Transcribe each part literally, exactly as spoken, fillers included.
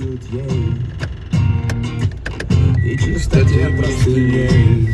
завидуют ей и чистоте простыней,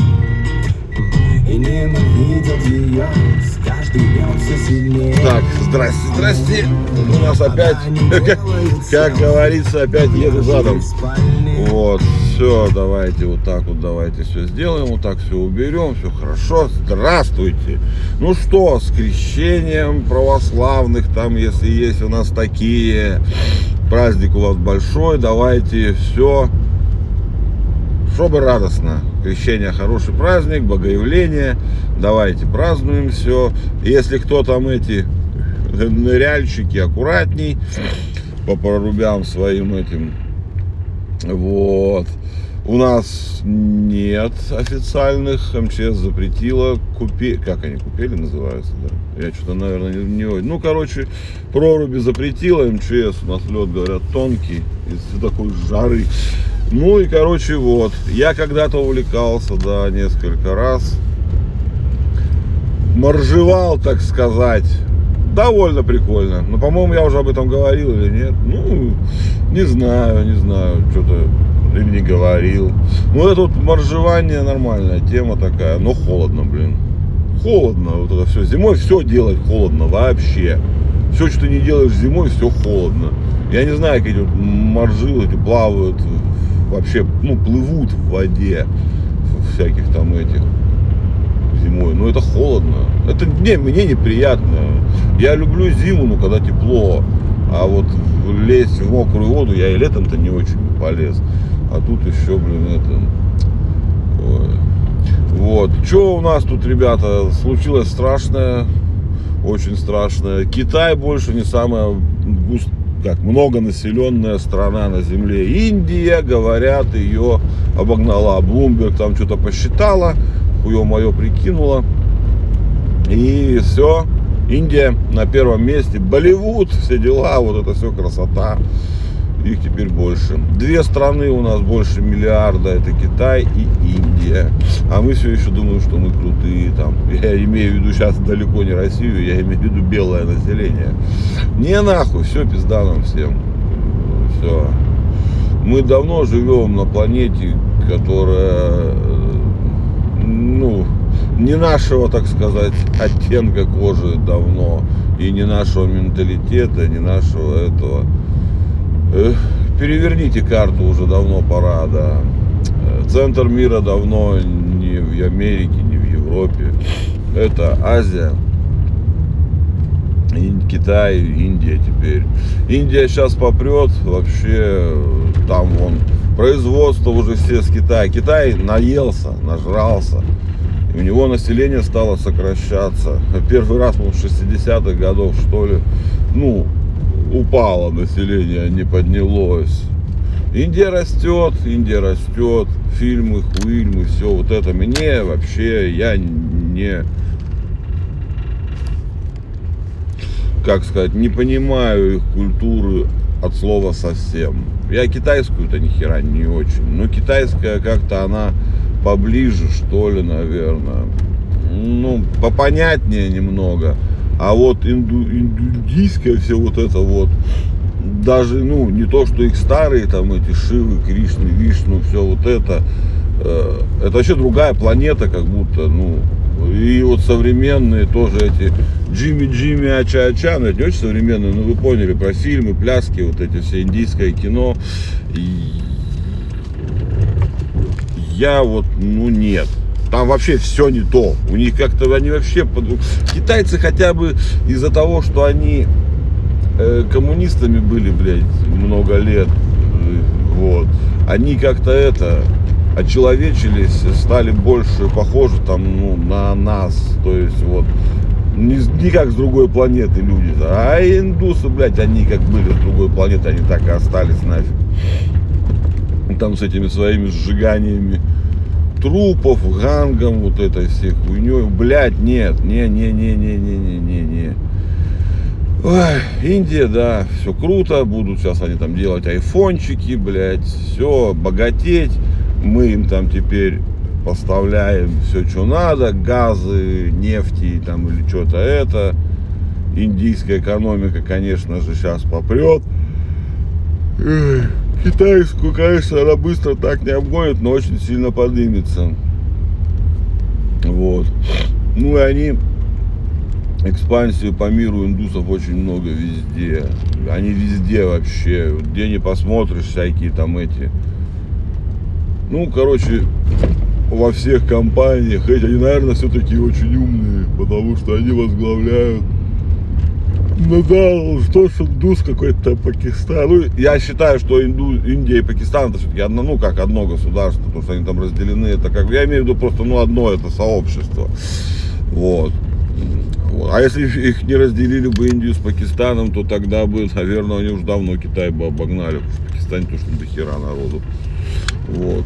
и ненавидят ее с каждым днем все сильнее. Так, здрасте, здрасте. У нас опять, как, как говорится, опять еду задом. Вот, все, давайте вот так вот, давайте все сделаем, вот так все уберем, все хорошо. Здравствуйте. Ну что, с крещением православных, там, если есть у нас такие, праздник у вас большой, давайте все, чтобы радостно. Крещение хороший праздник, богоявление, давайте празднуем все. Если кто там эти ныряльщики, аккуратней по прорубям своим этим. Вот. У нас нет официальных, МЧС запретила, купе... как они, купели называются, да? Я что-то, наверное, не, не... Ну, короче, проруби запретила, МЧС, у нас лед, говорят, тонкий, из такой жары. Ну и, короче, вот, я когда-то увлекался, да, несколько раз, моржевал, так сказать, довольно прикольно, но, по-моему, я уже об этом говорил или нет, ну, не знаю, не знаю, что-то или не говорил. Ну, это вот моржевание нормальная тема такая, но холодно, блин, холодно, вот это все, зимой все делать холодно вообще, все, что ты не делаешь зимой, все холодно. Я не знаю, как эти вот моржи эти плавают, вообще, ну, плывут в воде, всяких там этих, зимой, но это холодно, это не, мне неприятно, я люблю зиму, ну, когда тепло, а вот лезть в мокрую воду я и летом-то не очень полез, а тут еще, блин, это, ой. Вот, что у нас тут, ребята, случилось страшное, очень страшное, Китай больше не самая густая, как многонаселенная страна на земле. Индия, говорят, ее обогнала. Блумберг там что-то посчитала, хуё мое прикинула. И все. Индия на первом месте. Болливуд, все дела, вот это все красота. Их теперь больше. Две страны у нас больше миллиарда. Это Китай и Индия. А мы все еще думаем, что мы крутые. Там. Я имею в виду сейчас далеко не Россию. Я имею в виду белое население. Не нахуй. Все, пизда нам всем. Все. Мы давно живем на планете, которая, ну, не нашего, так сказать, оттенка кожи давно. И не нашего менталитета, не нашего этого. Переверните карту, уже давно пора, да. Центр мира давно не в Америке, не в Европе. Это Азия, Китай, Индия теперь. Индия сейчас попрет, вообще там вон производство уже все с Китая. Китай наелся, нажрался. И у него население стало сокращаться. Первый раз, ну, в шестидесятых годов, что ли, ну, упало население, не поднялось. Индия растет, Индия растет, фильмы, хуильмы, все вот это. Мне вообще, я не, как сказать, не понимаю их культуры от слова совсем. Я китайскую-то ни хера не очень, но китайская как-то она поближе, что ли, наверное. Ну, попонятнее немного. А вот инду, индийское все вот это вот, даже, ну, не то, что их старые, там, эти Шивы, Кришны, Вишну, все вот это, э, это вообще другая планета, как будто, ну, и вот современные тоже эти Джимми Джимми Ача Ача, ну, это не очень современные, но вы поняли, про фильмы, пляски, вот эти все, индийское кино, и я вот, ну, нет. Там вообще все не то. У них как-то они вообще... Китайцы хотя бы из-за того, что они э, коммунистами были, блядь, много лет. Э, вот. Они как-то это... очеловечились, стали больше похожи там, ну, на нас. То есть вот... Не, не как с другой планеты люди. А индусы, блядь, они как были с другой планеты, они так и остались нафиг. Там с этими своими сжиганиями трупов, гангом, вот этой всей хуйней, блядь, нет, не, не, не, не, не, не, не, не. Ой, Индия, да, все круто, будут сейчас они там делать айфончики, блядь, все, богатеть, мы им там теперь поставляем все, что надо, газы, нефти, там, или что-то это, индийская экономика, конечно же, сейчас попрет. Китайскую, конечно, она быстро так не обгонит, но очень сильно поднимется. Вот. Ну и они экспансию по миру индусов очень много везде. Они везде вообще. Где не посмотришь, всякие там эти. Ну, короче, во всех компаниях. Эти, они, наверное, все-таки очень умные, потому что они возглавляют. Ну да, что ж индус какой-то Пакистан. Ну, я считаю, что Инду, Индия и Пакистан это все-таки одно, ну как одно государство, потому что они там разделены. Это как, я имею в виду просто, ну одно это сообщество. Вот. Вот. А если их не разделили бы Индию с Пакистаном, то тогда бы, наверное, они уже давно Китай бы обогнали. Потому что в Пакистане то, что до хера народу. Вот.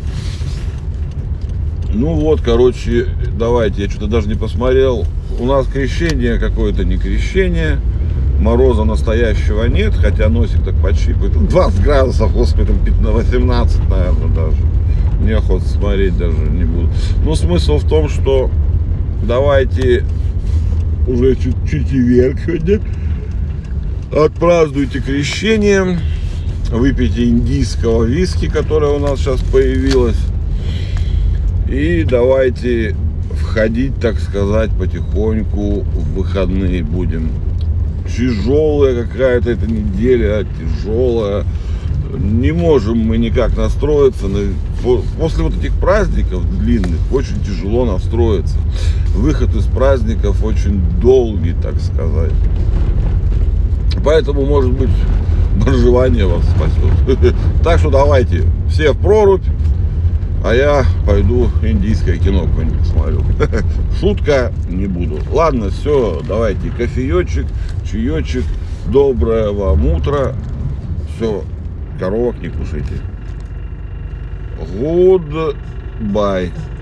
Ну вот, короче, давайте, я что-то даже не посмотрел. У нас крещение какое-то, не крещение. Мороза настоящего нет, хотя носик так подщипывает. двадцать градусов, господи, восемнадцать, наверное, даже. Неохота смотреть даже не буду. Но смысл в том, что давайте уже чуть-чуть и вверх сегодня. Отпразднуйте крещение. Выпейте индийского виски, которое у нас сейчас появилось. И давайте входить, так сказать, потихоньку в выходные будем. Тяжелая какая-то эта неделя, тяжелая. Не можем мы никак настроиться. После вот этих праздников длинных очень тяжело настроиться. Выход из праздников очень долгий, так сказать. Поэтому, может быть, моржевание вас спасет. Так что давайте, все в прорубь. А я пойду индийское кино какое-нибудь посмотрю. Шутка, не буду. Ладно, все, давайте кофеечек, чаечек. Доброе вам утро. Все, коровок не кушайте. Goodbye.